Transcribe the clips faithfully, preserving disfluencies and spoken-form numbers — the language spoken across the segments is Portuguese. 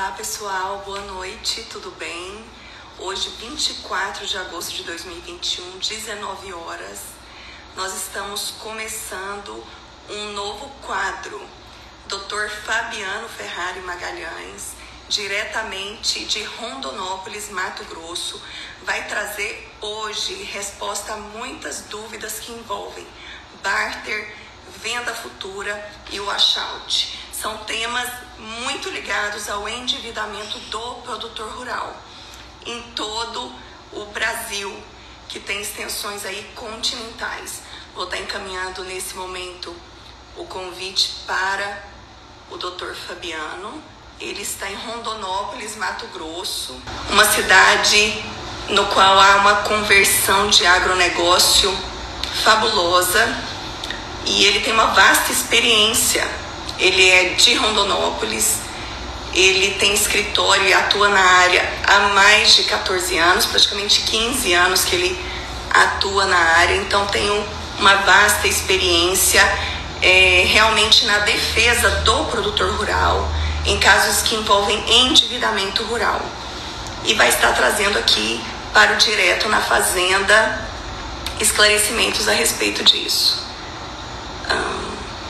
Olá pessoal, boa noite, tudo bem? Hoje, vinte e quatro de agosto de dois mil e vinte e um, dezenove horas, nós estamos começando um novo quadro. doutor Fabiano Ferrari Magalhães, diretamente de Rondonópolis, Mato Grosso, vai trazer hoje resposta a muitas dúvidas que envolvem barter, venda futura e o washout. São temas muito ligados ao endividamento do produtor rural em todo o Brasil, que tem extensões aí continentais. Vou estar encaminhando nesse momento o convite para o doutor Fabiano. Ele está em Rondonópolis, Mato Grosso, uma cidade no qual há uma conversão de agronegócio fabulosa, e ele tem uma vasta experiência. Ele é de Rondonópolis, ele tem escritório e atua na área há mais de quatorze anos, praticamente quinze anos que ele atua na área, então tem uma vasta experiência é, realmente na defesa do produtor rural, em casos que envolvem endividamento rural. E vai estar trazendo aqui para o Direto na Fazenda esclarecimentos a respeito disso. Hum,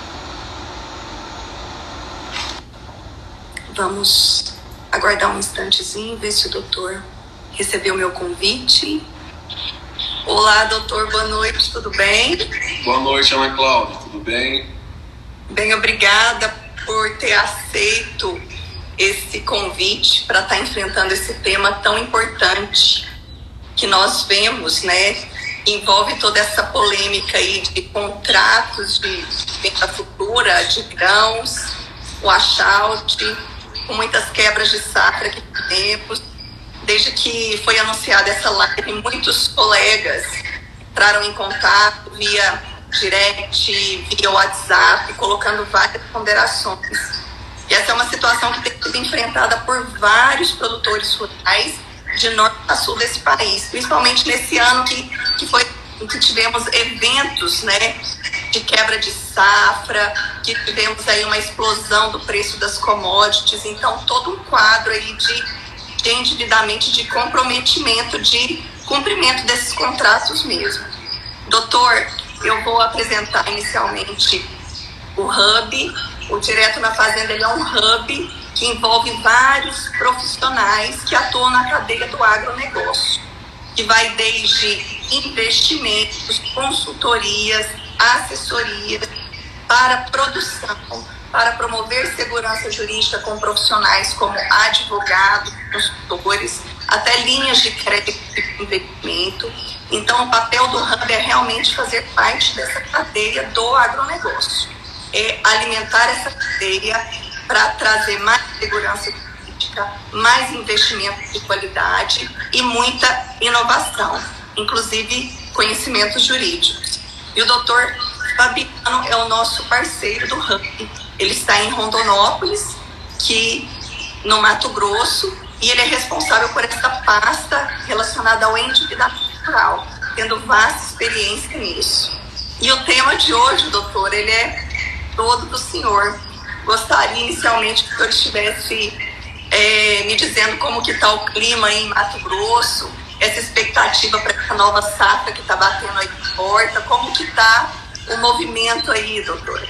vamos aguardar um instantezinho, ver se o doutor recebeu meu convite. Olá, doutor, boa noite, tudo bem? Boa noite, Ana Cláudia, tudo bem? Bem, obrigada por ter aceito esse convite para estar enfrentando esse tema tão importante que nós vemos, né? Envolve toda essa polêmica aí de contratos de venda futura, de grãos, o washout, com muitas quebras de safra que temos. Desde que foi anunciada essa live, muitos colegas entraram em contato via direct, via WhatsApp, colocando várias ponderações. E essa é uma situação que tem sido enfrentada por vários produtores rurais de norte a sul desse país, principalmente nesse ano que, que, foi, que tivemos eventos, né, de quebra de safra, que tivemos aí uma explosão do preço das commodities, então todo um quadro aí de, de endividamento, de comprometimento, de cumprimento desses contratos mesmo. Doutor, eu vou apresentar inicialmente o Hub. O Direto na Fazenda ele é um hub que envolve vários profissionais que atuam na cadeia do agronegócio, que vai desde investimentos, consultorias, assessorias, para produção, para promover segurança jurídica com profissionais como advogados, consultores, até linhas de crédito e investimento. Então, o papel do Hub é realmente fazer parte dessa cadeia do agronegócio, é alimentar essa cadeia para trazer mais segurança jurídica, mais investimento de qualidade e muita inovação, inclusive conhecimentos jurídicos. E o doutor Fabiano é o nosso parceiro do Hub. Ele está em Rondonópolis, que, no Mato Grosso, e ele é responsável por essa pasta relacionada ao endividamento rural, tendo vasta experiência nisso. E o tema de hoje, doutor, ele é todo do senhor. Gostaria inicialmente que o senhor estivesse é, me dizendo como que está o clima aí em Mato Grosso, essa expectativa para essa nova safra que está batendo aí de porta, como que está o movimento aí, doutor?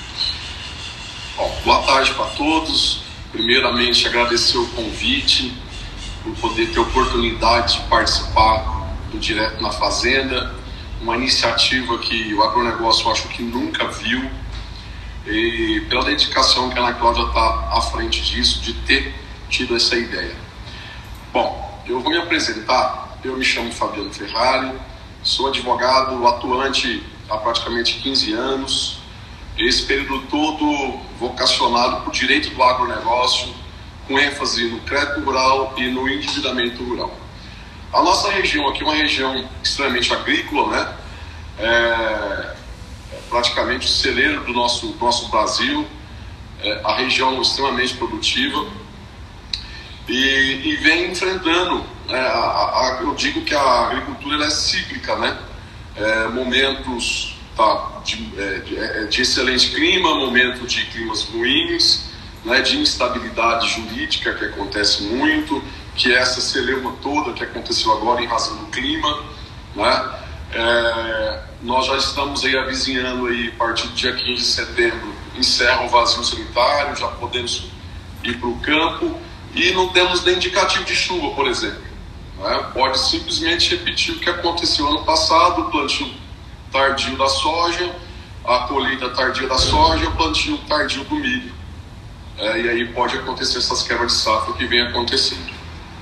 Bom, boa tarde para todos. Primeiramente, agradecer o convite, por poder ter oportunidade de participar do Direto na Fazenda, uma iniciativa que o agronegócio eu acho que nunca viu, e pela dedicação que a Ana Cláudia está à frente disso, de ter tido essa ideia. Bom, eu vou me apresentar. Eu me chamo Fabiano Ferrari, sou advogado atuante há praticamente quinze anos, esse período todo vocacionado por direito do agronegócio, com ênfase no crédito rural e no endividamento rural. A nossa região aqui é uma região extremamente agrícola, né? É, é praticamente o celeiro do nosso, do nosso Brasil, é, a região extremamente produtiva, e, e vem enfrentando, é, a, a, eu digo que a agricultura ela é cíclica, né? É, momentos tá, de, é, de, de excelente clima, momentos de climas ruins, né, de instabilidade jurídica que acontece muito, que é essa celeuma toda que aconteceu agora em razão do clima, né? É, nós já estamos aí avizinhando aí, a partir do dia quinze de setembro, encerra o vazio sanitário, já podemos ir para o campo e não temos nem indicativo de chuva, por exemplo, né? Pode simplesmente repetir o que aconteceu ano passado, o plantio tardio da soja, a colheita tardia da soja, o plantio tardio do milho. É, e aí pode acontecer essas quebras de safra que vem acontecendo.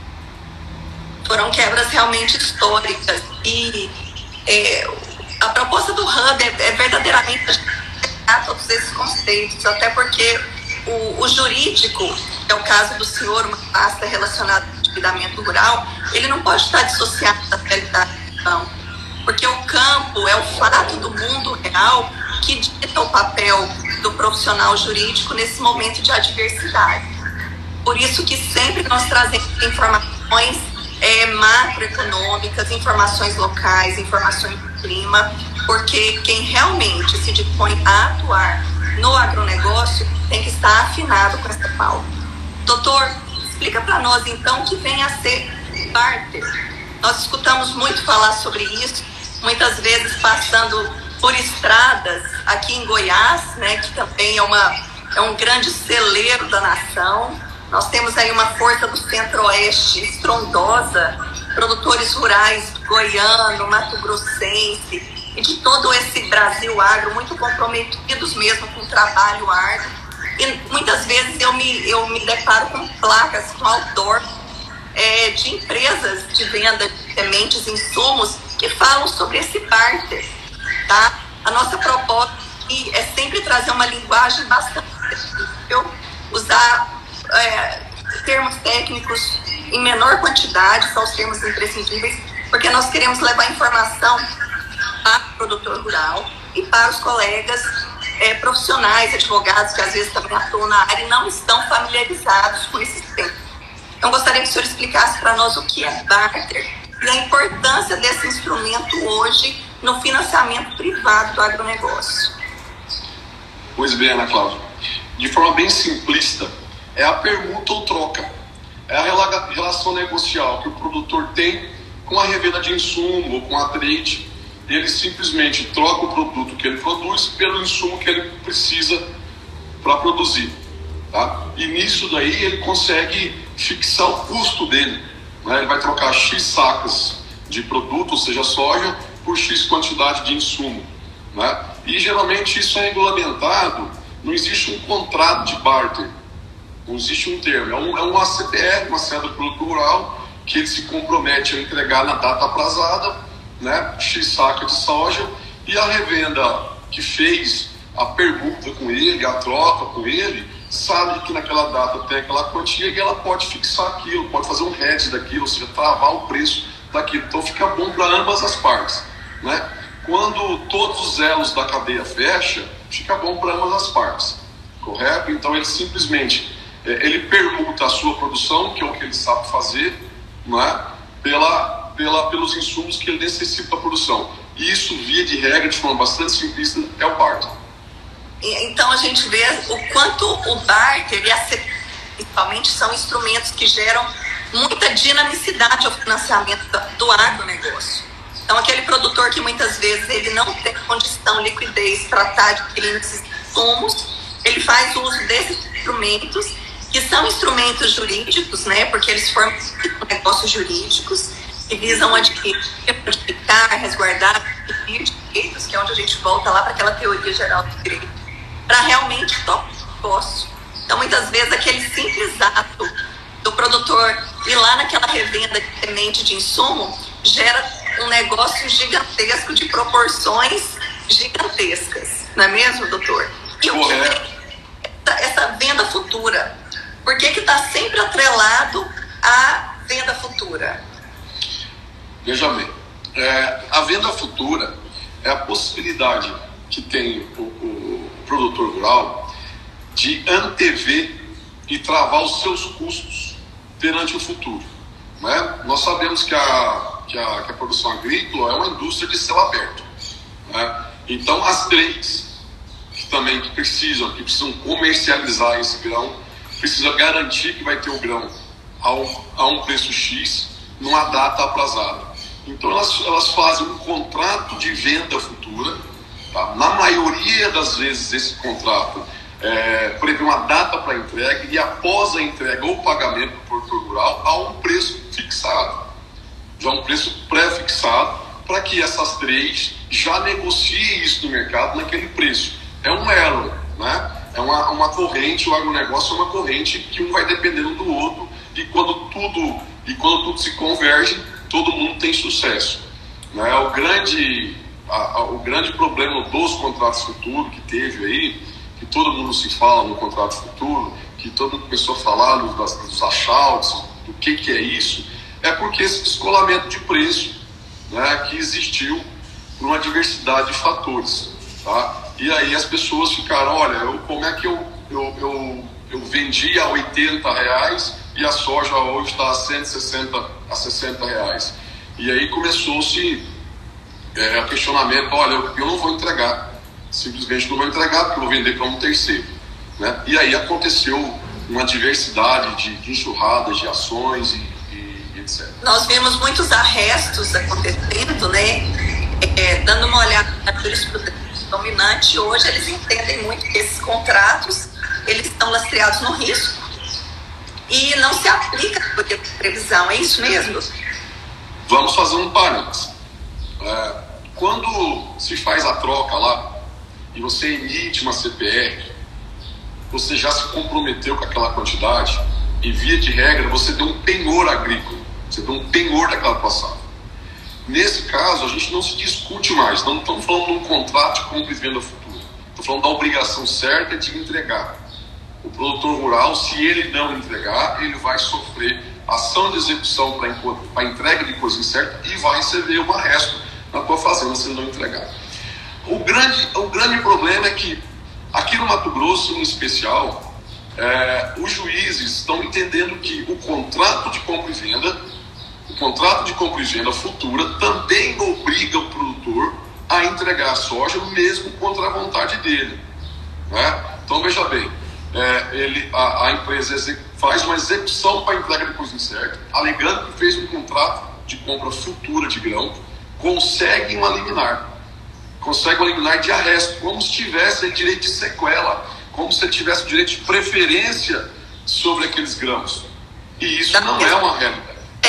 Foram quebras realmente históricas e é, a proposta do Hub é, é verdadeiramente a todos esses conceitos, até porque o, o jurídico, que é o caso do senhor, uma pasta relacionada ao endividamento rural, ele não pode estar dissociado da realidade do campo, porque o campo é o fato do mundo real que dita o papel do profissional jurídico nesse momento de adversidade. Por isso que sempre nós trazemos informações é, macroeconômicas, informações locais, informações do clima, porque quem realmente se dispõe a atuar no agronegócio tem que estar afinado com essa pauta. Doutor, explica para nós então o que vem a ser barter. Nós escutamos muito falar sobre isso, muitas vezes passando por estradas aqui em Goiás, né, que também é, uma, é um grande celeiro da nação. Nós temos aí uma força do centro-oeste estrondosa, produtores rurais goiano, mato-grossense e de todo esse Brasil agro, muito comprometidos mesmo com o trabalho árduo. E muitas vezes eu me, eu me deparo com placas, com outdoor é, de empresas de venda de sementes e insumos que falam sobre esse barter. Tá? A nossa proposta aqui é sempre trazer uma linguagem bastante acessível, usar é, termos técnicos em menor quantidade, são os termos imprescindíveis, porque nós queremos levar informação para o produtor rural e para os colegas é, profissionais, advogados, que às vezes também atuam na área e não estão familiarizados com esses termos. Então, gostaria que o senhor explicasse para nós o que é barter e a importância desse instrumento hoje no financiamento privado do agronegócio. Pois bem, Ana Cláudia, de forma bem simplista, é a permuta ou troca, é a relação negocial que o produtor tem com a revenda de insumo ou com a trade. Ele simplesmente troca o produto que ele produz pelo insumo que ele precisa para produzir, tá? E nisso daí ele consegue fixar o custo dele, né? Ele vai trocar X sacas de produto, ou seja, soja, por X quantidade de insumo, né? E geralmente isso é regulamentado, não existe um contrato de barter, não existe um termo, é, um, é uma C P R, uma cédula de produto rural, que ele se compromete a entregar na data aprazada, né, X saca de soja, e a revenda que fez a permuta com ele, a troca com ele, sabe que naquela data tem aquela quantia e ela pode fixar aquilo, pode fazer um hedge daquilo, ou seja, travar o preço daquilo. Então fica bom para ambas as partes, né? Quando todos os elos da cadeia fecham, fica bom para ambas as partes, correto? Então ele simplesmente ele permuta a sua produção, que é o que ele sabe fazer, não é? Pela, pela, pelos insumos que ele necessita da produção. E isso, via de regra, de forma bastante simplista, é o barter. Então a gente vê o quanto o barter e a C P R, principalmente, são instrumentos que geram muita dinamicidade ao financiamento do agronegócio. Então aquele produtor que muitas vezes ele não tem condição, liquidez para estar adquirindo esses insumos, ele faz uso desses instrumentos, que são instrumentos jurídicos, né, porque eles formam negócios jurídicos que visam adquirir, modificar, resguardar direitos, que é onde a gente volta lá para aquela teoria geral do direito, para realmente tocar o negócio. Então, muitas vezes, aquele simples ato do produtor ir lá naquela revenda de semente de insumo gera um negócio gigantesco de proporções gigantescas, não é mesmo, doutor? E o que é essa venda futura? Por que que está sempre atrelado à venda futura? Veja bem, é, a venda futura é a possibilidade que tem o, o produtor rural de antever e travar os seus custos perante o futuro, né? Nós sabemos que a, que, a, que a produção agrícola é uma indústria de céu aberto, né? Então as trades que também que precisam, que precisam comercializar esse grão, precisa garantir que vai ter o grão a um, a um preço X numa data aprazada. Então elas, elas fazem um contrato de venda futura, tá? Na maioria das vezes esse contrato é, prevê uma data para entrega e após a entrega ou pagamento do produtor rural a um preço fixado, já um preço pré-fixado, para que essas três já negociem isso no mercado naquele preço. É um elo, né? É uma, uma corrente, o agronegócio é uma corrente que um vai dependendo do outro, e quando tudo, e quando tudo se converge, todo mundo tem sucesso, né? O grande, a, a, o grande problema dos contratos futuros que teve aí, que todo mundo se fala no contrato futuro, que todo mundo começou a falar dos, dos achouts, do que, que é isso, é porque esse descolamento de preço, né, que existiu por uma diversidade de fatores, tá? E aí as pessoas ficaram, olha, eu, como é que eu, eu, eu, eu vendi a oitenta reais e a soja hoje está a cento e sessenta, a sessenta reais. E aí começou-se é, o questionamento, olha, eu, eu não vou entregar, simplesmente não vou entregar porque eu vou vender para um terceiro, né? E aí aconteceu uma diversidade de, de enxurradas, de ações e, e, e etcétera. Nós vemos muitos arrestos acontecendo, né? É, dando uma olhada na jurisprudência dominante, hoje eles entendem muito que esses contratos eles estão lastreados no risco e não se aplica a previsão, é isso mesmo? Vamos fazer um parênteses. É, quando se faz a troca lá e você emite uma C P R, você já se comprometeu com aquela quantidade e, via de regra, você deu um penhor agrícola, você deu um penhor daquela passagem. Nesse caso, a gente não se discute mais, não estamos falando de um contrato de compra e venda futura, estamos falando da obrigação certa de entregar. O produtor rural, se ele não entregar, ele vai sofrer ação de execução para a entrega de coisa incerta e vai receber um arresto na tua fazenda se ele não entregar. O grande, o grande problema é que, aqui no Mato Grosso, em especial, é, os juízes estão entendendo que o contrato de compra e venda O contrato de compra e venda futura também obriga o produtor a entregar a soja mesmo contra a vontade dele, né? Então veja bem, é, ele, a, a empresa faz uma execução para a entrega de coisa incerta, alegando que fez um contrato de compra futura de grão, consegue uma liminar, consegue uma liminar de arresto, como se tivesse direito de sequela, como se tivesse direito de preferência sobre aqueles grãos. E isso não é uma realidade.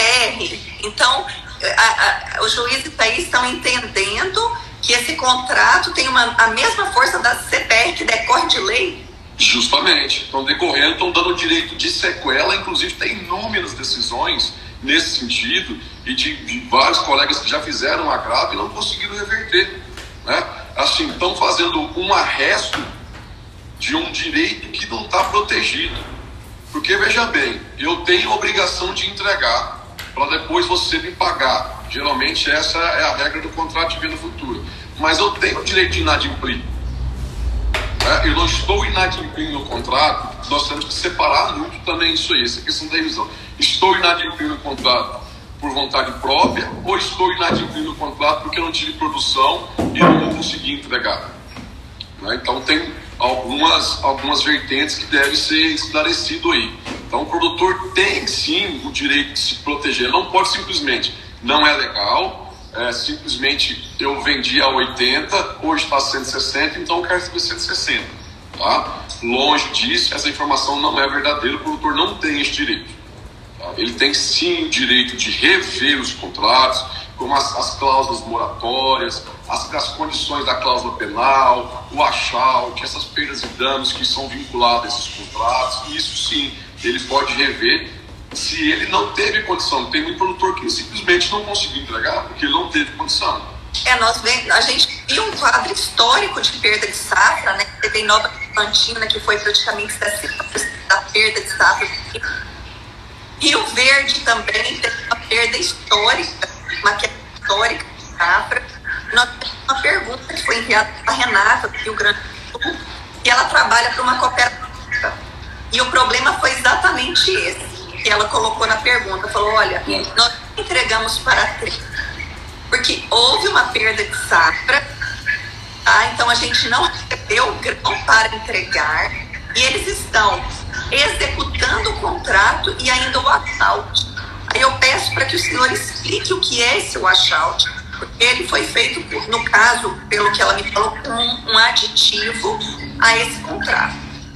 Então, a, a, os juízes aí estão entendendo que esse contrato tem uma, a mesma força da C P R que decorre de lei? Justamente. Estão decorrendo, estão dando direito de sequela, inclusive tem inúmeras decisões nesse sentido, e de, de vários colegas que já fizeram agravo e não conseguiram reverter, né? Assim, estão fazendo um arresto de um direito que não está protegido. Porque, veja bem, eu tenho a obrigação de entregar para depois você me pagar. Geralmente essa é a regra do contrato de venda futura. Mas eu tenho o direito de inadimplir, né? Eu não estou inadimplindo o contrato. Nós temos que separar muito também isso aí, essa questão da revisão. Estou inadimplindo o contrato por vontade própria ou estou inadimplindo o contrato porque eu não tive produção e não vou conseguir entregar, né? Então tem algumas, algumas vertentes que devem ser esclarecido aí. Então o produtor tem sim o direito de se proteger, não pode simplesmente, não é legal, é, simplesmente eu vendi a oitenta, hoje está a cento e sessenta, então eu quero receber cento e sessenta, tá? Longe disso, essa informação não é verdadeira, o produtor não tem esse direito, tá? Ele tem sim o direito de rever os contratos, como as, as cláusulas moratórias, as, as condições da cláusula penal, o achalt, essas perdas e danos que são vinculados a esses contratos, isso sim, ele pode rever se ele não teve condição. Tem um produtor que simplesmente não conseguiu entregar porque ele não teve condição. É, nós vem, a gente viu um quadro histórico de perda de safra, né? Teve Nova Cantina, que foi praticamente da perda de safra. Rio Verde também teve uma perda histórica, uma queda histórica de safra. Nós temos uma pergunta que foi enviada para a Renata, do Rio Grande do Sul, que ela trabalha para uma cooperativa. E o problema foi exatamente esse, que ela colocou na pergunta. Falou, olha, nós entregamos para três, porque houve uma perda de safra, tá? Então a gente não recebeu o grão para entregar, e eles estão executando o contrato e ainda o washout. Aí eu peço para que o senhor explique o que é esse washout, porque ele foi feito, no caso, pelo que ela me falou, com um aditivo a esse contrato.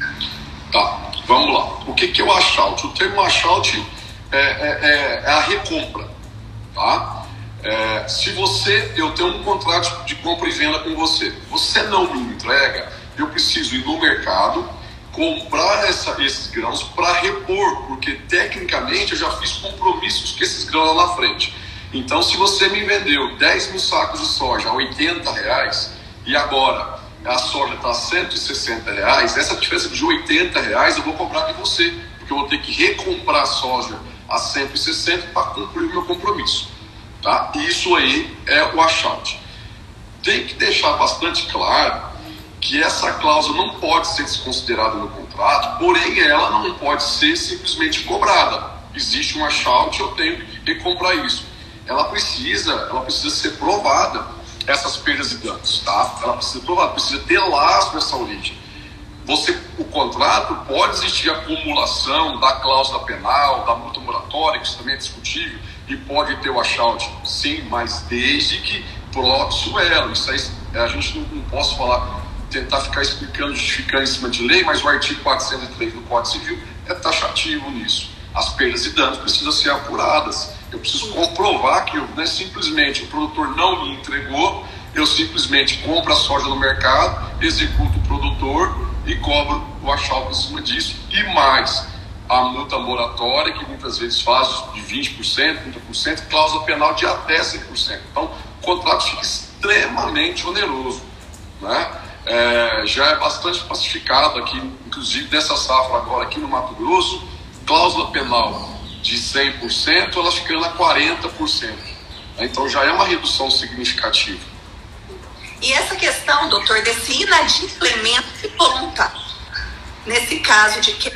Tá, vamos lá. O que, que é o washout? O termo washout é, é, é a recompra, tá? É, se você, eu tenho um contrato de compra e venda com você, você não me entrega, eu preciso ir no mercado, comprar essa, esses grãos para repor, porque tecnicamente eu já fiz compromissos com esses grãos lá na frente. Então, se você me vendeu dez mil sacos de soja a oitenta reais e agora a soja está a cento e sessenta reais, essa diferença de oitenta reais eu vou cobrar de você, porque eu vou ter que recomprar a soja a cento e sessenta para cumprir o meu compromisso. Tá? Isso aí é o washout. Tem que deixar bastante claro que essa cláusula não pode ser desconsiderada no contrato, porém ela não pode ser simplesmente cobrada. Existe um washout, eu tenho que comprar isso. Ela precisa, ela precisa ser provada, essas perdas e danos, tá? Ela precisa ser provada, precisa ter lastro essa origem. Você, o contrato pode existir acumulação da cláusula penal, da multa moratória, que isso também é discutível, e pode ter o washout, sim, mas desde que prove o elo. Isso aí a gente não, não posso falar, tentar ficar explicando, justificando em cima de lei, mas o artigo quatrocentos e três do Código Civil é taxativo nisso. As perdas e danos precisam ser apuradas. Eu preciso comprovar que eu, não é simplesmente o produtor não me entregou, eu simplesmente compro a soja no mercado, executo o produtor e cobro o washout em cima disso. E mais, a multa moratória, que muitas vezes faz de vinte por cento, trinta por cento, cláusula penal de até cem por cento. Então, o contrato fica extremamente oneroso, né? É, já é bastante pacificado aqui, inclusive dessa safra agora aqui no Mato Grosso, cláusula penal de cem por cento, ela ficando a quarenta por cento. Então já é uma redução significativa. E essa questão, doutor, desse inadimplemento voluntário, nesse caso de que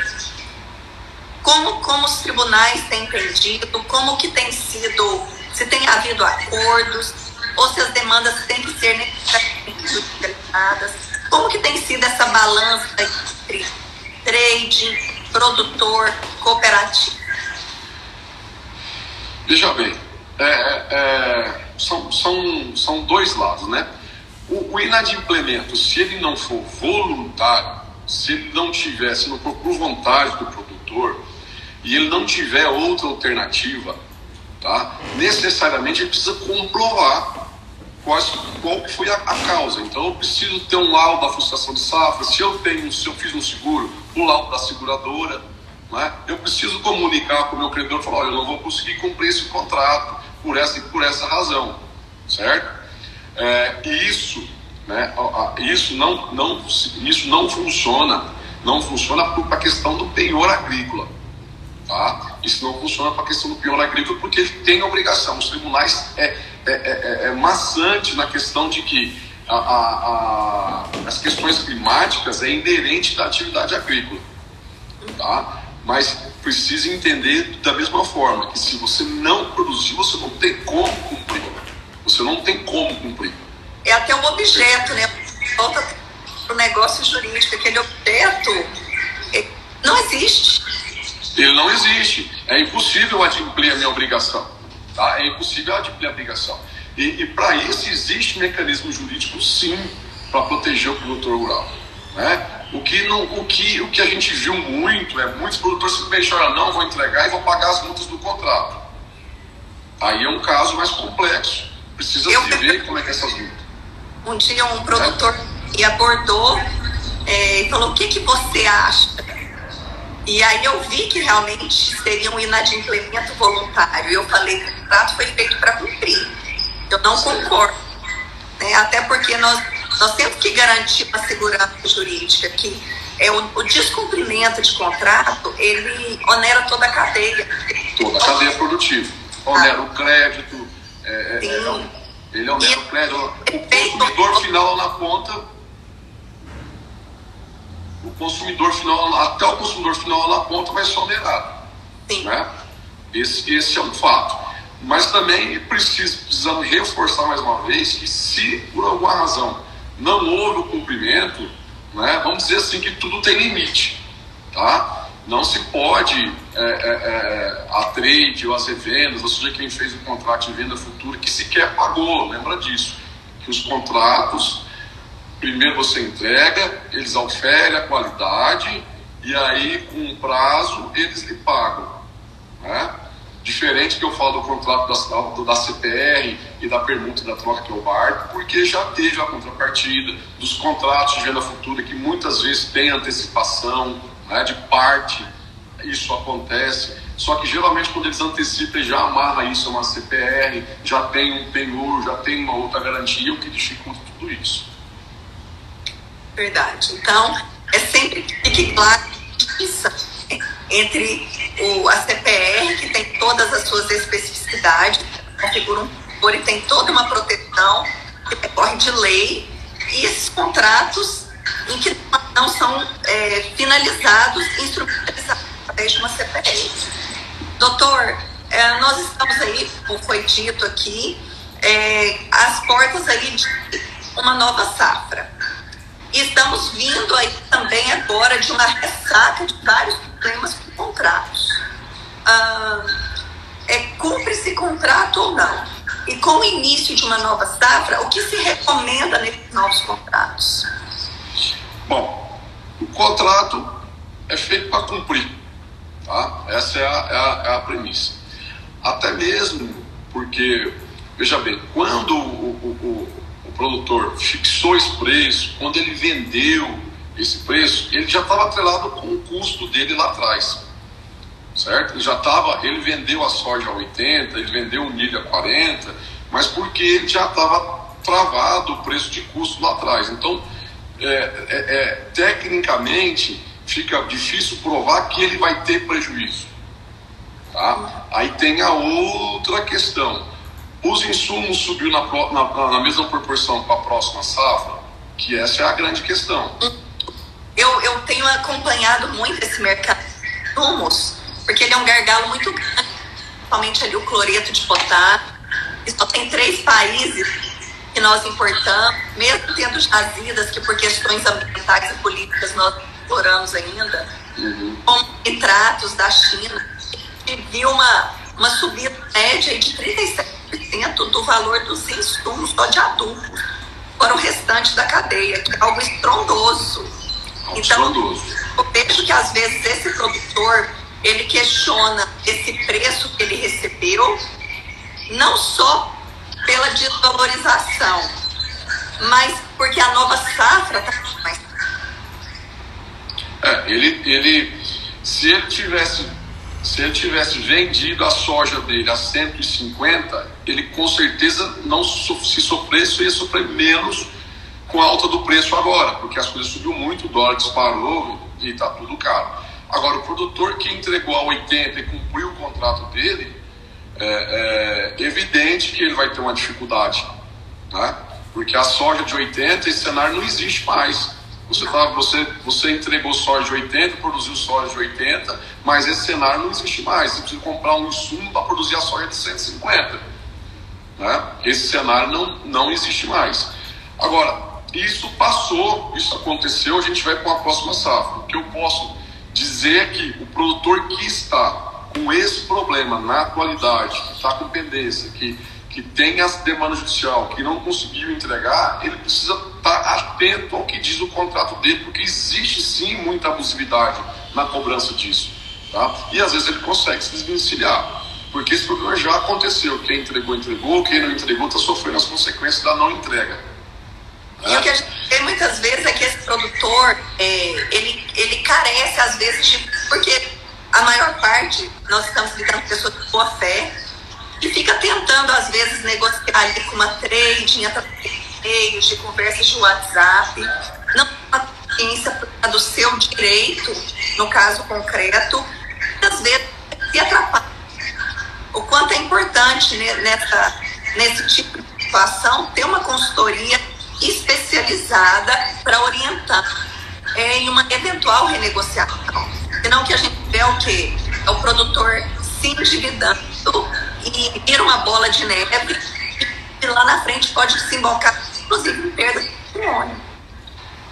como, como os tribunais têm entendido, como que tem sido, se tem havido acordos, ou se as demandas têm que ser necessariamente judicializadas, como que tem sido essa balança entre trade, produtor, cooperativo? Veja bem, é, é, são, são, são dois lados, né? O, o inadimplemento, se ele não for voluntário, se ele não tiver, se não for por vontade do produtor, e ele não tiver outra alternativa, tá? Necessariamente ele precisa comprovar qual, qual foi a, a causa. Então eu preciso ter um laudo da frustração de safra, se eu tenho, se eu fiz um seguro, o laudo da seguradora, né? Eu preciso comunicar com o meu credor e falar, olha, eu não vou conseguir cumprir esse contrato por essa e por essa razão, certo? É, e isso, né, isso, não, não, isso não funciona, não funciona para a questão do penhor agrícola, tá? Isso não funciona para a questão do penhor agrícola porque ele tem obrigação. Os tribunais é, é, é, é maçante na questão de que a, a, a, as questões climáticas é inerente da atividade agrícola, tá? Mas precisa entender da mesma forma que se você não produzir, você não tem como cumprir. Você não tem como cumprir. É até um objeto, né? Volta para o negócio jurídico. Aquele objeto não existe. Ele não existe. É impossível adimplir a minha obrigação. Tá? É impossível adimplir a obrigação. E, e para isso existe mecanismo jurídico, sim, para proteger o produtor rural, né? O que, não, o, que, o que a gente viu muito é muitos produtores simplesmente olham, não, vou entregar e vou pagar as multas do contrato. Aí é um caso mais complexo. Precisa Eu se ver como é que é essas multas. Um dia um produtor me abordou é, e falou, o que, que você acha? E aí eu vi que realmente seria um inadimplemento voluntário. Eu falei que o contrato foi feito para cumprir. Eu não concordo. Né? Até porque nós, nós temos que garantir uma segurança jurídica, que é o, o descumprimento de contrato, ele onera toda a cadeia. Toda a cadeia produtiva. Onera o crédito, é, é, Sim. ele onera o crédito. O consumidor final na ponta, o consumidor final, até o consumidor final na ponta vai ser onerado. Sim. Né? Esse, esse é um fato. Mas também precisa, precisamos reforçar mais uma vez que se por alguma razão não houve o cumprimento, né, vamos dizer assim que tudo tem limite, tá? Não se pode, é, é, é, a trade ou as revendas, ou seja, quem fez o contrato de venda futura, que sequer pagou, lembra disso, que os contratos, primeiro você entrega, eles oferem a qualidade, e aí com um prazo eles lhe pagam, né? Diferente que eu falo do contrato da, da C P R e da permuta e da troca, que é o barco, porque já teve a contrapartida dos contratos de venda futura, que muitas vezes tem antecipação, né, de parte, isso acontece. Só que geralmente quando eles antecipam, já amarra isso a uma C P R, já tem um penhor, já tem uma outra garantia, o que dificulta tudo isso. Verdade. Então, é sempre que fique claro isso entre o, a C P R, que tem todas as suas especificidades, configura um setor e tem toda uma proteção que decorre de lei, e esses contratos em que não são é, finalizados, instrumentalizados através de uma C P R. Doutor, é, nós estamos aí, como foi dito aqui, é, às portas aí de uma nova safra. E estamos vindo aí também agora de uma ressaca de vários problemas com contratos. Ah, é, cumpre esse contrato ou não? E com o início de uma nova safra, o que se recomenda nesses novos contratos? Bom, o contrato é feito para cumprir, tá? Essa é a, é, a, é a premissa. Até mesmo porque, veja bem, quando o, o, o, o produtor fixou esse preço, quando ele vendeu esse preço, ele já estava atrelado com o custo dele lá atrás, certo? Ele já estava, ele vendeu a soja a oitenta, ele vendeu o milho a quarenta, mas porque ele já estava travado o preço de custo lá atrás. Então, É, é, é, tecnicamente fica difícil provar que ele vai ter prejuízo, tá? Aí tem a outra questão: os insumos subiu na, na, na mesma proporção para a próxima safra, que essa é a grande questão. Eu, eu tenho acompanhado muito esse mercado de insumos, porque ele é um gargalo muito grande, principalmente ali o cloreto de potássio, e só tem três países que nós importamos, mesmo tendo jazidas que por questões ambientais e políticas nós exploramos ainda, uhum. como nitratos da China, e viu uma, uma subida média de trinta e sete por cento do valor dos insumos só de adubos para o restante da cadeia, que é algo estrondoso. Algo então, estrondoso. Eu vejo que às vezes esse produtor, ele questiona esse preço que ele recebeu, não só pela desvalorização, mas porque a nova safra está mais. É, ele, ele, se ele tivesse, se ele tivesse vendido a soja dele a cento e cinquenta, ele com certeza não, se sofresse, ia sofrer menos com a alta do preço agora, porque as coisas subiu muito, o dólar disparou e está tudo caro. Agora, o produtor que entregou a oitenta e cumpriu o contrato dele, É, é evidente que ele vai ter uma dificuldade, né? Porque a soja de oitenta, esse cenário não existe mais. Você, tá, você, você entregou soja de oitenta, produziu soja de oitenta, mas esse cenário não existe mais. Você precisa comprar um insumo para produzir a soja de cento e cinquenta, né? Esse cenário não, não existe mais. Agora, isso passou, isso aconteceu, a gente vai para uma próxima safra. O que eu posso dizer é que o produtor que está com esse problema na atualidade, que está com pendência, que, que tem as demandas judicial, que não conseguiu entregar, ele precisa estar atento ao que diz o contrato dele, porque existe sim muita abusividade na cobrança disso, tá? E às vezes ele consegue se desvencilhar, porque esse problema já aconteceu. Quem entregou, entregou, quem não entregou está sofrendo as consequências da não entrega. E o que a gente vê muitas vezes é que esse produtor, é, ele, ele carece às vezes de... porque a maior parte, nós estamos lidando com pessoas de boa fé, que fica tentando, às vezes, negociar ali com uma trade, através de e-mails, de conversas de WhatsApp, não tem uma consciência do seu direito, no caso concreto, muitas vezes se atrapalha. O quanto é importante, né, nessa, nesse tipo de situação ter uma consultoria especializada para orientar é, em uma eventual renegociação. Senão o que a gente vê é o quê? É o produtor se endividando e vira uma bola de neve, e lá na frente pode desembocar, inclusive, em perda de patrimônio.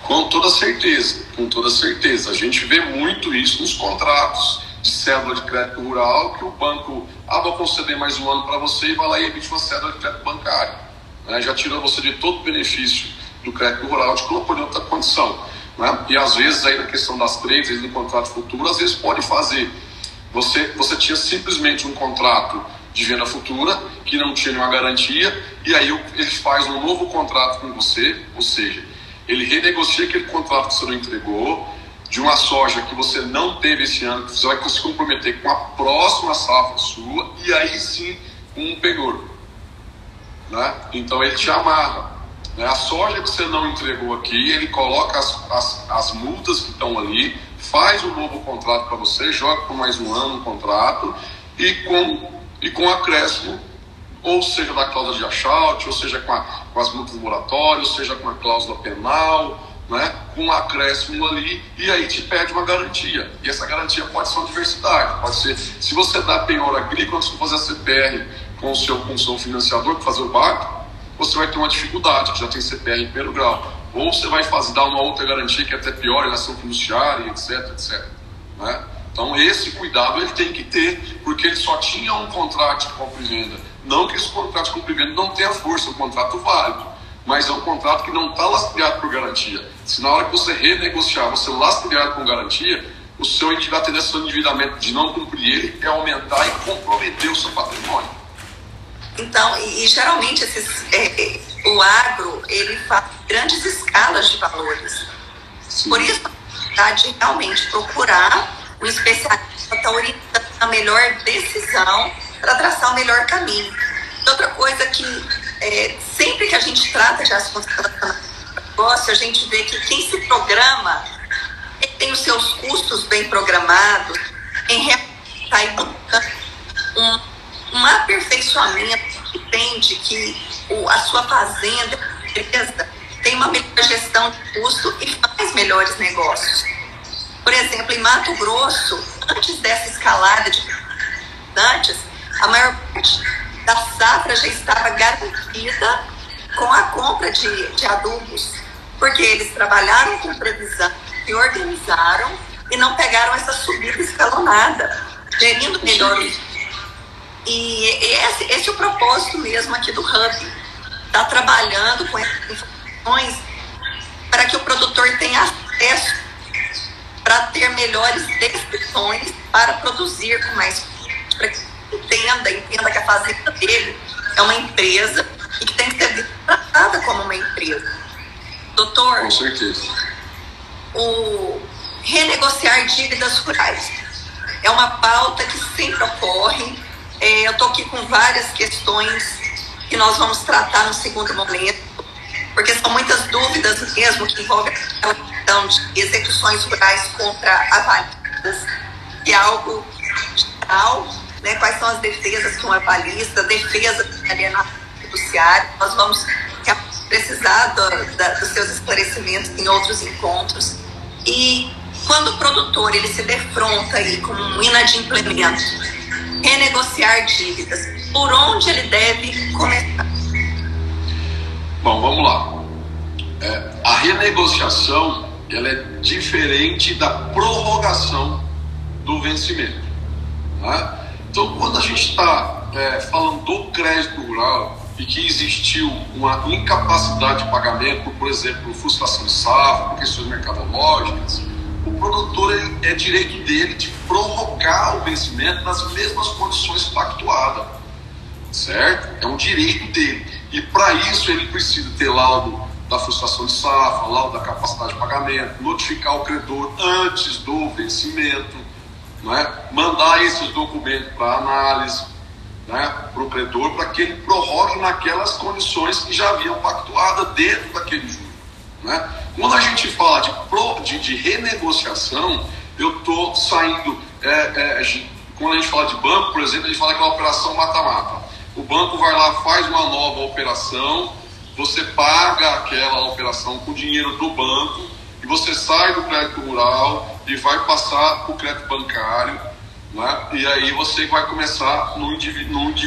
Com toda certeza, com toda certeza. A gente vê muito isso nos contratos de cédula de crédito rural, que o banco, ah, vou conceder mais um ano para você, e vai lá e emite uma cédula de crédito bancário. Né? Já tirou você de todo o benefício do crédito rural, te colocou em outra condição. Né? E às vezes, aí na questão das trades, às vezes no contrato futuro, às vezes pode fazer. Você, você tinha simplesmente um contrato de venda futura, que não tinha nenhuma garantia, e aí ele faz um novo contrato com você, ou seja, ele renegocia aquele contrato que você não entregou, de uma soja que você não teve esse ano, que você vai se comprometer com a próxima safra sua, e aí sim um penhor. Né? Então ele te amarra. Né? A soja que você não entregou aqui, ele coloca as, as, as multas que estão ali, faz um novo contrato para você, joga por mais um ano um contrato, e com, e com acréscimo, ou seja da cláusula de achaute, ou seja com, a, com as multas moratórias, ou seja com a cláusula penal, né, com um acréscimo ali, e aí te pede uma garantia. E essa garantia pode ser uma diversidade, pode ser, se você dá penhora agrícola, se você fazer a C P R com o seu, com o seu financiador, para fazer o barco, você vai ter uma dificuldade, que já tem C P R em primeiro grau. Ou você vai fazer, dar uma outra garantia que é até pior, relação fiduciária, etc, etc. Né? Então esse cuidado ele tem que ter, porque ele só tinha um contrato de compra e venda. Não que esse contrato de compra e venda não tenha força, é um contrato válido, mas é um contrato que não está lastreado por garantia. Se na hora que você renegociar, você lastrear com garantia, o seu a tendência de endividamento de não cumprir ele é aumentar e comprometer o seu patrimônio. Então, e, e geralmente esses, é, o agro, ele faz grandes escalas de valores. Sim. Por isso, a necessidade de realmente procurar um especialista que está orientando a melhor decisão para traçar o melhor caminho. Outra coisa que, é, sempre que a gente trata de assuntos relacionados ao negócio, a gente vê que quem se programa, ele tem os seus custos bem programados, em realizar e buscando um, um aperfeiçoamento que entende que o, a sua fazenda, a empresa, tem uma melhor gestão de custo e faz melhores negócios. Por exemplo, em Mato Grosso, antes dessa escalada de antes, a maior parte da safra já estava garantida com a compra de, de adubos, porque eles trabalharam com previsão, se organizaram e não pegaram essa subida escalonada, gerindo melhor. E esse, esse é o propósito mesmo aqui do Hub, está trabalhando com essas informações para que o produtor tenha acesso para ter melhores decisões para produzir com mais, para que entenda, entenda que a fazenda dele é uma empresa e que tem que ser tratada como uma empresa. Doutor, com certeza. O renegociar dívidas rurais é uma pauta que sempre ocorre. É, eu estou aqui com várias questões que nós vamos tratar no segundo momento, porque são muitas dúvidas mesmo que envolvem a questão de execuções rurais contra avalistas, que é algo geral, né? Quais são as defesas que um avalista, defesa de alienação fiduciária. Nós vamos precisar do, da, dos seus esclarecimentos em outros encontros. E quando o produtor ele se defronta aí com um inadimplemento, renegociar dívidas, por onde ele deve começar? Bom, vamos lá. É, a renegociação ela é diferente da prorrogação do vencimento. Né? Então, quando a gente está é, falando do crédito rural e que existiu uma incapacidade de pagamento, por exemplo, frustração de safra, por questões mercadológicas, o produtor ele, é direito dele de prorrogar o vencimento nas mesmas condições pactuadas, certo? É um direito dele. E para isso ele precisa ter laudo da frustração de safra, laudo da capacidade de pagamento, notificar o credor antes do vencimento, né? Mandar esses documentos para análise, né, para o credor, para que ele prorrogue naquelas condições que já haviam pactuadas dentro daquele juro. Né? Quando a gente fala de, pro, de, de renegociação, eu estou saindo, é, é, quando a gente fala de banco, por exemplo, a gente fala aquela operação mata-mata. O banco vai lá, faz uma nova operação, você paga aquela operação com o dinheiro do banco, e você sai do crédito rural e vai passar para o crédito bancário, né? E aí você vai começar no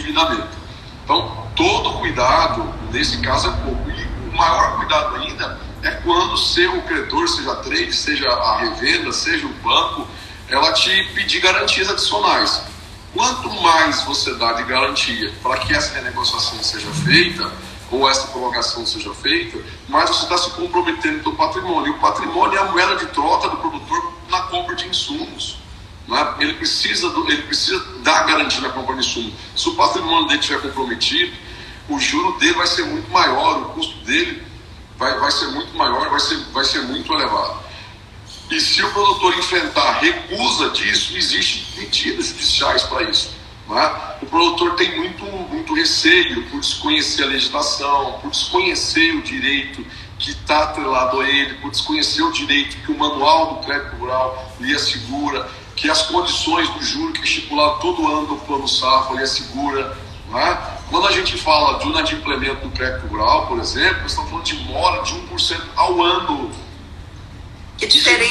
endividamento. Então, todo cuidado, nesse caso, é pouco. E o maior cuidado ainda é quando seja o credor, seja a trade, seja a revenda, seja o banco, ela te pedir garantias adicionais. Quanto mais você dá de garantia para que essa renegociação seja feita, ou essa prorrogação seja feita, mais você está se comprometendo com o patrimônio. E o patrimônio é a moeda de troca do produtor na compra de insumos. Né? Ele, precisa do, ele precisa dar garantia na compra de insumos. Se o patrimônio dele estiver comprometido, o juro dele vai ser muito maior, o custo dele vai, vai ser muito maior, vai ser, vai ser muito elevado. E se o produtor enfrentar recusa disso, existem medidas judiciais para isso. Né? O produtor tem muito, muito receio por desconhecer a legislação, por desconhecer o direito que está atrelado a ele, por desconhecer o direito que o manual do crédito rural lhe assegura, que as condições do juro que é estipulado todo ano no plano safra lhe assegura. Né? Quando a gente fala de inadimplemento do crédito rural, por exemplo, nós estamos falando de mora de um por cento ao ano. Que diferente.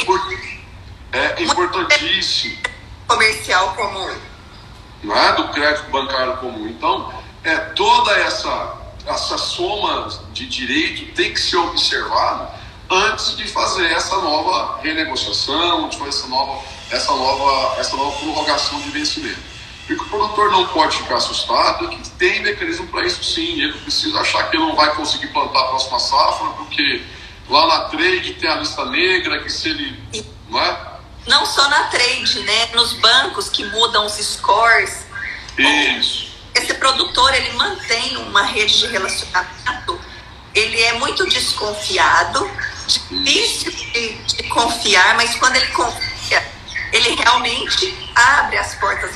É importantíssimo. Comercial comum. Não é? Do crédito bancário comum. Então, é, toda essa, essa soma de direito tem que ser observada antes de fazer essa nova renegociação, de fazer essa nova, essa nova, essa nova prorrogação de vencimento. Porque o produtor não pode ficar assustado, que tem mecanismo para isso sim. Ele não precisa achar que ele não vai conseguir plantar a próxima safra, porque lá na trade tem a lista negra, que se ele... Não é? Não só na trade, né? Nos bancos que mudam os scores. Isso. Esse produtor, ele mantém uma rede de relacionamento, ele é muito desconfiado, difícil de, de confiar, mas quando ele confia, ele realmente abre as portas.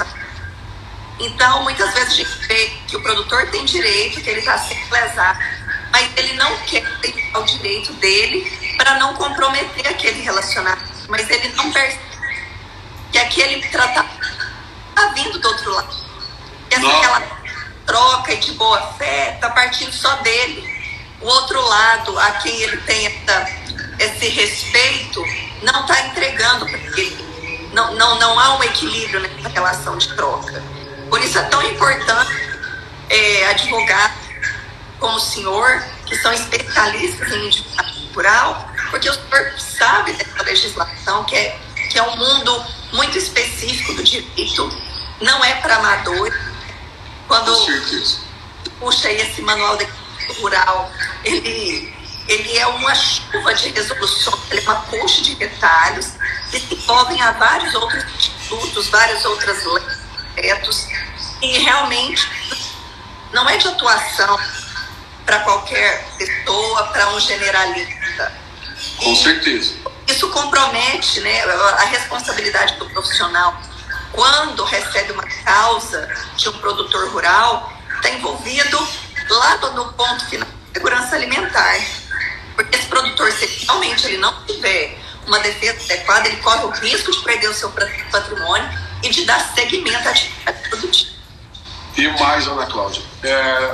Então, muitas vezes a gente vê que o produtor tem direito, que ele está sendo lesado, mas ele não quer ter o direito dele para não comprometer aquele relacionamento. Mas ele não percebe que aquele tratamento está vindo do outro lado. E essa aquela troca de boa fé está partindo só dele. O outro lado, a quem ele tem essa, esse respeito, não está entregando para ele. Não, não, não há um equilíbrio nessa relação de troca. Por isso é tão importante é, advogar como o senhor, que são especialistas em indicação rural, porque o senhor sabe dessa legislação, que é, que é um mundo muito específico do direito, não é para amadores. Quando puxa aí esse manual de rural, ele, ele é uma chuva de resoluções, ele é uma coxa de detalhes que se envolvem a vários outros institutos, várias outras leis, e realmente não é de atuação para qualquer pessoa, para um generalista. Com certeza. Isso compromete, né, a responsabilidade do profissional. Quando recebe uma causa de um produtor rural, está envolvido lá no ponto final da segurança alimentar. Porque esse produtor, se realmente ele não tiver uma defesa adequada, ele corre o risco de perder o seu patrimônio e de dar seguimento à atividade produtiva. E mais, Ana Cláudia, é,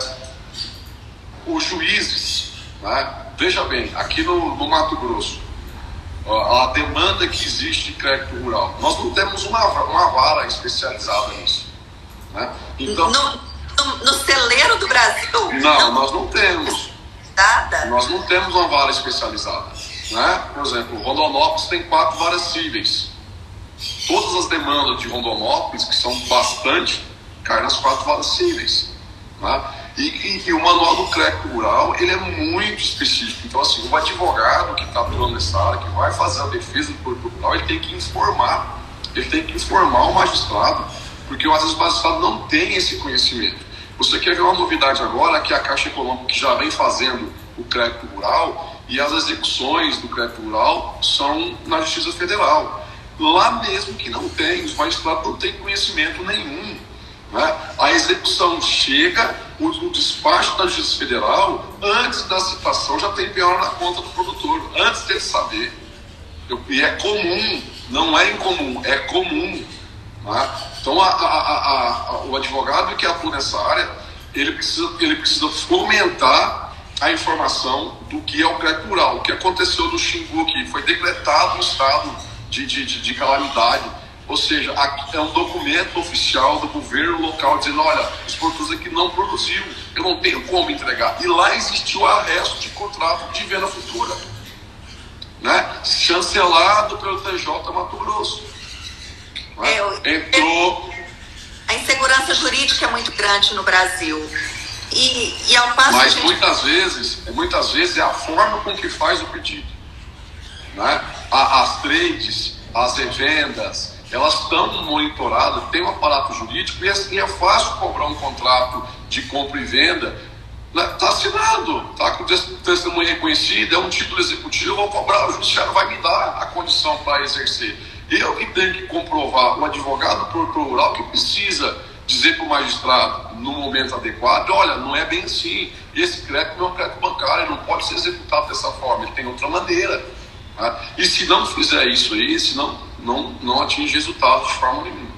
os juízes, né, veja bem, aqui no, no Mato Grosso, a demanda que existe de crédito rural, nós não temos uma, uma vara especializada nisso. Né? Então, no, no, no celeiro do Brasil? Não, não, nós não temos. Nada. Nós não temos uma vara especializada. Né? Por exemplo, Rondonópolis tem quatro varas cíveis. Todas as demandas de Rondonópolis, que são bastante, caem nas quatro varas cíveis. Né? E, e, e o manual do crédito rural, ele é muito específico. Então, assim, o advogado que está atuando nessa área, que vai fazer a defesa do produtor rural, ele tem que informar, ele tem que informar o magistrado, porque às vezes o magistrado não tem esse conhecimento. Você quer ver uma novidade agora, que a Caixa Econômica, que já vem fazendo o crédito rural, e as execuções do crédito rural são na Justiça Federal. Lá mesmo que não tem, os magistrados não têm conhecimento nenhum. Né? A execução chega, o, o despacho da Justiça Federal, antes da citação, já tem pior na conta do produtor, antes dele saber. Eu, e é comum, não é incomum, é comum. Né? Então, a, a, a, a, o advogado que atua nessa área, ele precisa, ele precisa fomentar a informação do que é o crédito rural. O que aconteceu no Xingu aqui, foi decretado um estado de, de, de, de calamidade. Ou seja, é um documento oficial do governo local dizendo, olha, os produtores aqui não produziram, eu não tenho como entregar. E lá existiu arresto de contrato de venda futura. né? Chancelado pelo T J Mato Grosso. Né? É, eu, Entrou... A insegurança jurídica é muito grande no Brasil. E, e ao passo Mas gente... muitas vezes, muitas vezes é a forma com que faz o pedido. Né? As trades, as revendas, elas estão monitoradas, tem um aparato jurídico e assim é fácil cobrar um contrato de compra e venda. Está, né? Assinado, está com testemunha reconhecida, é um título executivo, eu vou cobrar, o judiciário vai me dar a condição para exercer. Eu que tenho que comprovar, o advogado rural que precisa dizer para o magistrado, no momento adequado, olha, não é bem assim, esse crédito não é um crédito bancário, ele não pode ser executado dessa forma, ele tem outra maneira. Né? E se não fizer isso aí, se não, não, não atinge resultados de forma nenhuma.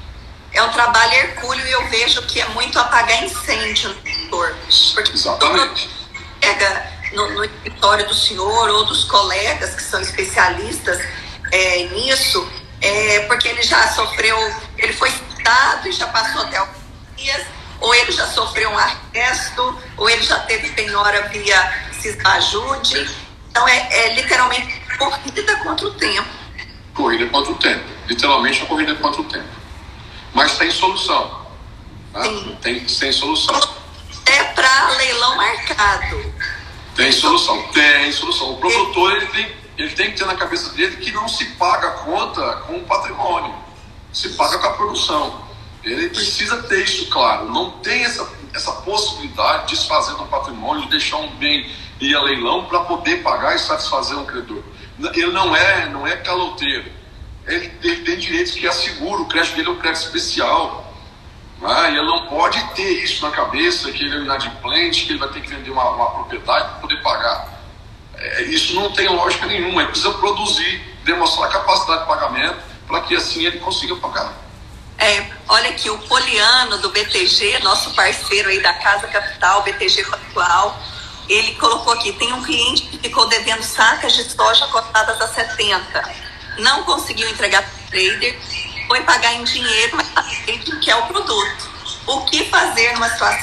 É um trabalho hercúleo e eu vejo que é muito apagar incêndio no setor. Porque exatamente. Pega no, no escritório do senhor ou dos colegas que são especialistas é, nisso, é, porque ele já sofreu, ele foi citado e já passou até alguns dias, ou ele já sofreu um arresto, ou ele já teve penhora via Cismajude. Então é, é literalmente corrida contra o tempo. Corrida contra o tempo. Literalmente a corrida contra o tempo. Mas tem solução. Né? Sim. Tem, tem solução. É para leilão marcado. Tem solução. Tem solução. O produtor ele tem, ele tem que ter na cabeça dele que não se paga a conta com o patrimônio. Se paga com a produção. Ele precisa ter isso claro. Não tem essa, essa possibilidade de desfazer do patrimônio, de deixar um bem ir a leilão para poder pagar e satisfazer um credor. Ele não é, não é caloteiro. Ele, ele tem direitos que assegura, o crédito dele é um crédito especial. Né? E ele não pode ter isso na cabeça, que ele é inadimplente, que ele vai ter que vender uma, uma propriedade para poder pagar. É, isso não tem lógica nenhuma. Ele precisa produzir, demonstrar capacidade de pagamento para que assim ele consiga pagar. É, olha aqui, o Poliano do B T G, nosso parceiro aí da Casa Capital, B T G Factual, ele colocou aqui, tem um cliente que ficou devendo sacas de soja cotadas a setenta. Não conseguiu entregar para o trader, foi pagar em dinheiro, mas a trade quer o produto. O que fazer numa situação?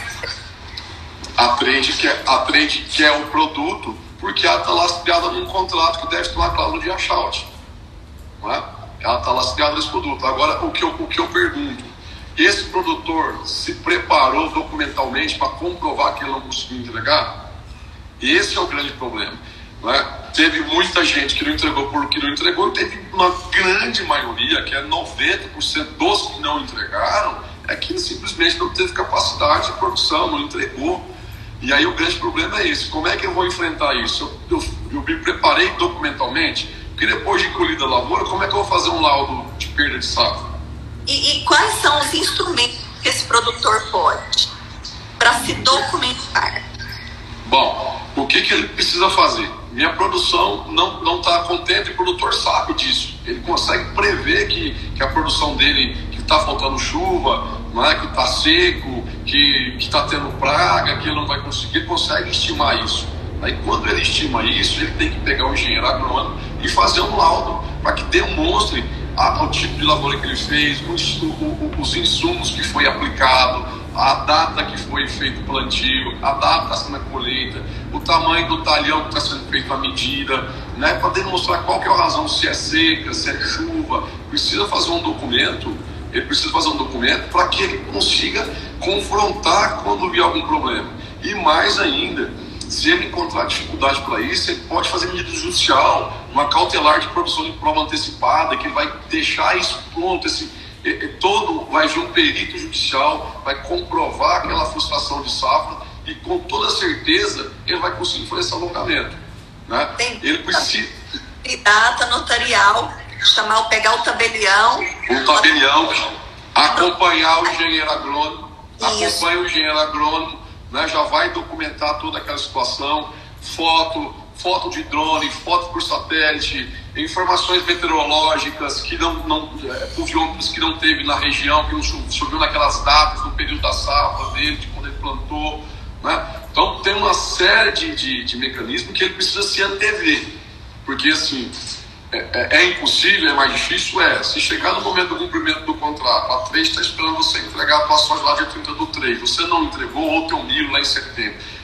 A trade quer, a trade quer o produto porque ela está lastreada num contrato que deve ter uma cláusula de achaute. Não é? Ela está lastreada nesse produto. Agora, o que, eu, o que eu pergunto, esse produtor se preparou documentalmente para comprovar que ele não conseguiu entregar? Esse é o grande problema. Não é? Teve muita gente que não entregou porque não entregou, teve uma grande maioria, que é noventa por cento dos que não entregaram, é que simplesmente não teve capacidade de produção, não entregou. E aí o grande problema é esse. Como é que eu vou enfrentar isso? Eu, eu, eu me preparei documentalmente, porque depois de colhida a lavoura, como é que eu vou fazer um laudo de perda de safra? E, e quais são os instrumentos que esse produtor pode para se documentar? Bom, o que, que ele precisa fazer? Minha produção não está contente, e o produtor sabe disso. Ele consegue prever que, que a produção dele, que está faltando chuva, não é? Que está seco, que está tendo praga, que ele não vai conseguir, ele consegue estimar isso. Aí quando ele estima isso, ele tem que pegar o engenheiro agrônomo e fazer um laudo para que demonstre a, o tipo de lavoura que ele fez, os, o, o, os insumos que foi aplicado, a data que foi feito o plantio, a data está sendo a colheita, o tamanho do talhão que está sendo feito a medida, né, para demonstrar qual que é a razão, se é seca, se é chuva. Precisa fazer um documento, ele precisa fazer um documento para que ele consiga confrontar quando vier algum problema. E mais ainda, se ele encontrar dificuldade para isso, ele pode fazer medida judicial, uma cautelar de produção de prova antecipada, que vai deixar isso pronto, esse todo, vai vir um perito judicial, vai comprovar aquela frustração de safra e com toda certeza ele vai conseguir fazer esse alongamento, né? Tem ele precisa data notarial, chamar, pegar o tabelião, o tabelião, acompanhar o engenheiro agrônomo, Isso. acompanha o engenheiro agrônomo, né? Já vai documentar toda aquela situação, foto, foto de drone, foto por satélite, informações meteorológicas que não, não pluviômetros que não teve na região, que não choveu naquelas datas, no período da safra dele, de quando ele plantou, né? Então tem uma série de, de, de mecanismos que ele precisa se antever, porque assim, é, é, é impossível, é mais difícil, é, se chegar no momento do cumprimento do contrato, a três está esperando você entregar a tua soja lá dia trinta do três, você não entregou, ou teu milho lá em setembro,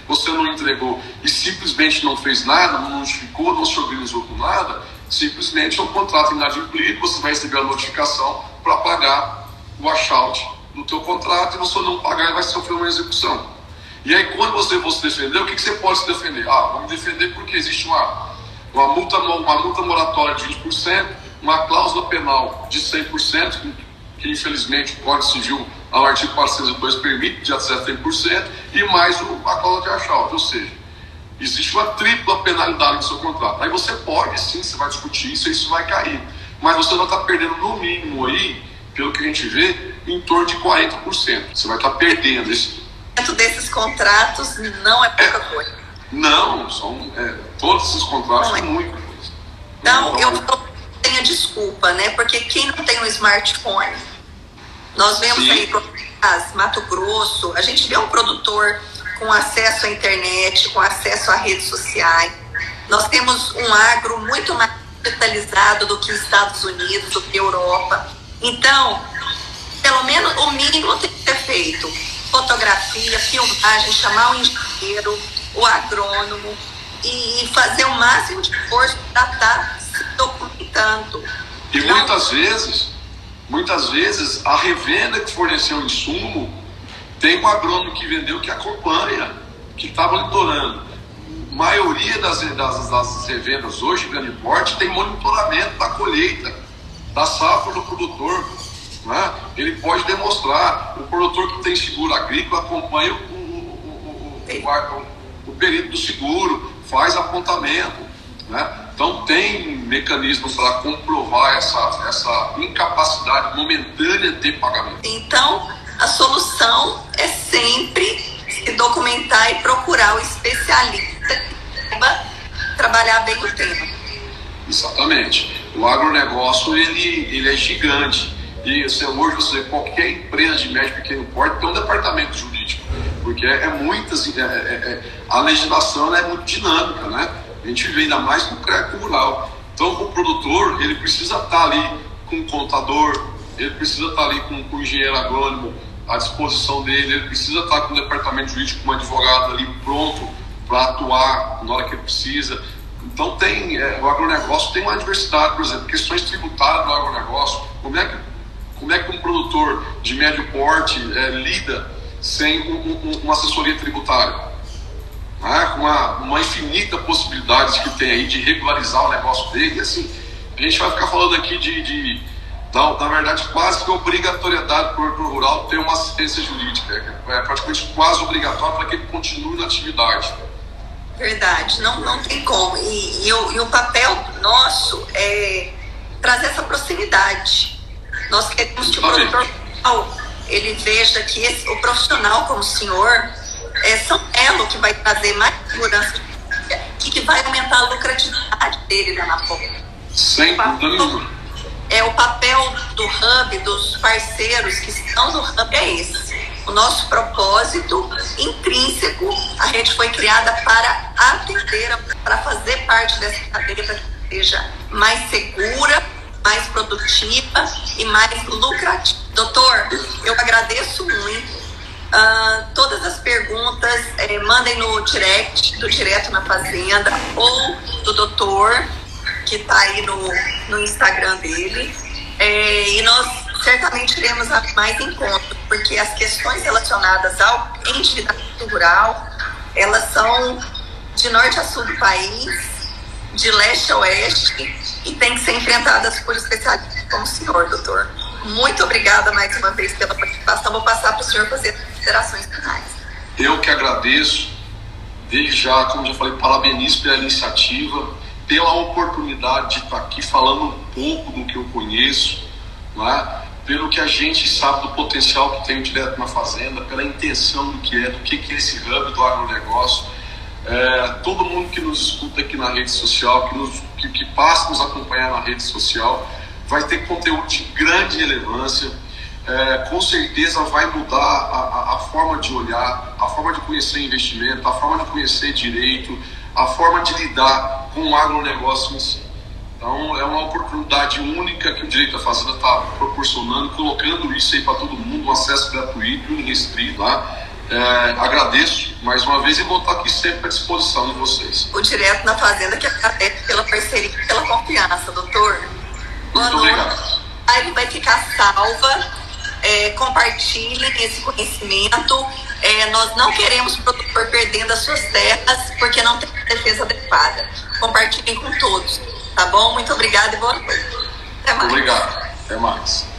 você não entregou e simplesmente não fez nada, não notificou, não se organizou com nada, simplesmente é um contrato inadimplido, você vai receber a notificação para pagar o washout do teu contrato, e você não pagar e vai sofrer uma execução. E aí quando você for se defender, o que, que você pode se defender? Ah, vamos defender porque existe uma, uma, multa, uma multa moratória de vinte por cento, uma cláusula penal de cem por cento, que infelizmente o Código Civil, ao artigo quatrocentos e dois, permite de até cem por cento, e mais o, a cláusula de washout, ou seja, existe uma tripla penalidade no seu contrato. Aí você pode, sim, você vai discutir isso, isso vai cair. Mas você vai estar perdendo no mínimo aí, pelo que a gente vê, em torno de quarenta por cento. Você vai estar perdendo esse... Dentro desses contratos não é pouca é, coisa. Não, são, é, todos esses contratos não são é. muita coisa. Então, eu tenho a desculpa, né? Porque quem não tem um smartphone, nós vemos sim. aí Mato Grosso, a gente vê um produtor com acesso à internet, com acesso a redes sociais. Nós temos um agro muito mais digitalizado do que os Estados Unidos, do que a Europa. Então, pelo menos o mínimo tem que ser feito. Fotografia, filmagem, chamar o engenheiro, o agrônomo e fazer o máximo de esforço para estar se documentando. E Não... muitas vezes, muitas vezes, a revenda que forneceu o insumo tem um agrônomo que vendeu que acompanha, que está monitorando. A maioria das, das, das revendas hoje, grande porte, tem monitoramento da colheita, da safra do produtor. Né? Ele pode demonstrar. O produtor que tem seguro agrícola acompanha o, o, o, o, o período do seguro, faz apontamento. Né? Então tem mecanismos para comprovar essa, essa incapacidade momentânea de pagamento. Então, a solução é sempre se documentar e procurar o especialista que vai trabalhar bem o tema. Exatamente. O agronegócio ele, ele é gigante. E assim, hoje você, qualquer empresa de médio e pequeno porte tem um departamento jurídico. Porque é, é muitas. É, é, é, a legislação é muito dinâmica, né? A gente vê ainda mais no crédito rural. Então o produtor ele precisa estar ali com o contador, ele precisa estar ali com, com o engenheiro agrônomo à disposição dele, ele precisa estar com o departamento jurídico, com um advogado ali pronto para atuar na hora que ele precisa. Então tem, é, o agronegócio tem uma diversidade, por exemplo, questões tributárias do agronegócio. Como é que, como é que um produtor de médio porte é, lida sem um, um, uma assessoria tributária? Né? Com uma, uma infinita possibilidades que tem aí de regularizar o negócio dele. E assim, a gente vai ficar falando aqui de... de Na, na verdade, quase que obrigatoriedade para o produtor rural ter uma assistência jurídica. É praticamente quase obrigatório para que ele continue na atividade. Verdade, não, não tem como. E, e, o, e o papel nosso é trazer essa proximidade. Nós queremos que o produtor rural ele veja que esse, o profissional como o senhor é São Elo que vai trazer mais segurança e que vai aumentar a lucratividade dele lá na ponta. Sem dúvida nenhuma. É, o papel do Hub, dos parceiros que estão no Hub é esse. O nosso propósito intrínseco, a rede foi criada para atender, para fazer parte dessa cadeia, para que seja mais segura, mais produtiva e mais lucrativa. Doutor, eu agradeço muito. Uh, todas as perguntas, eh, mandem no direct, do Direto na Fazenda, ou do doutor, que está aí no, no Instagram dele, é, e nós certamente iremos a mais encontros, porque as questões relacionadas ao endividamento rural, elas são de norte a sul do país, de leste a oeste, e tem que ser enfrentadas por especialistas como o senhor, doutor. Muito obrigada mais uma vez pela participação. Vou passar para o senhor fazer as considerações finais. Eu que agradeço, desde já, como já falei, parabenizo pela iniciativa, pela oportunidade de estar aqui falando um pouco do que eu conheço, né? Pelo que a gente sabe do potencial que tem o Direto na Fazenda, pela intenção do que é, do que é esse hub do agronegócio. É, todo mundo que nos escuta aqui na rede social, que, nos, que, que passa a nos acompanhar na rede social, vai ter conteúdo de grande relevância. É, com certeza vai mudar a, a, a forma de olhar, a forma de conhecer investimento, a forma de conhecer direito, a forma de lidar com o agronegócio em si. Então é uma oportunidade única que o Direito da Fazenda está proporcionando, colocando isso aí para todo mundo, um acesso gratuito e irrestrito. Tá? É, agradeço mais uma vez e vou estar aqui sempre à disposição de vocês. O Direto na Fazenda que agradece pela parceria e pela confiança, doutor. Boa Muito noite. obrigado. A live vai ficar salva. É, compartilhem esse conhecimento. É, nós não queremos o produtor perdendo as suas terras porque não tem defesa adequada. Compartilhem com todos, tá bom? Muito obrigada e boa noite. Até mais. Obrigado. Até mais.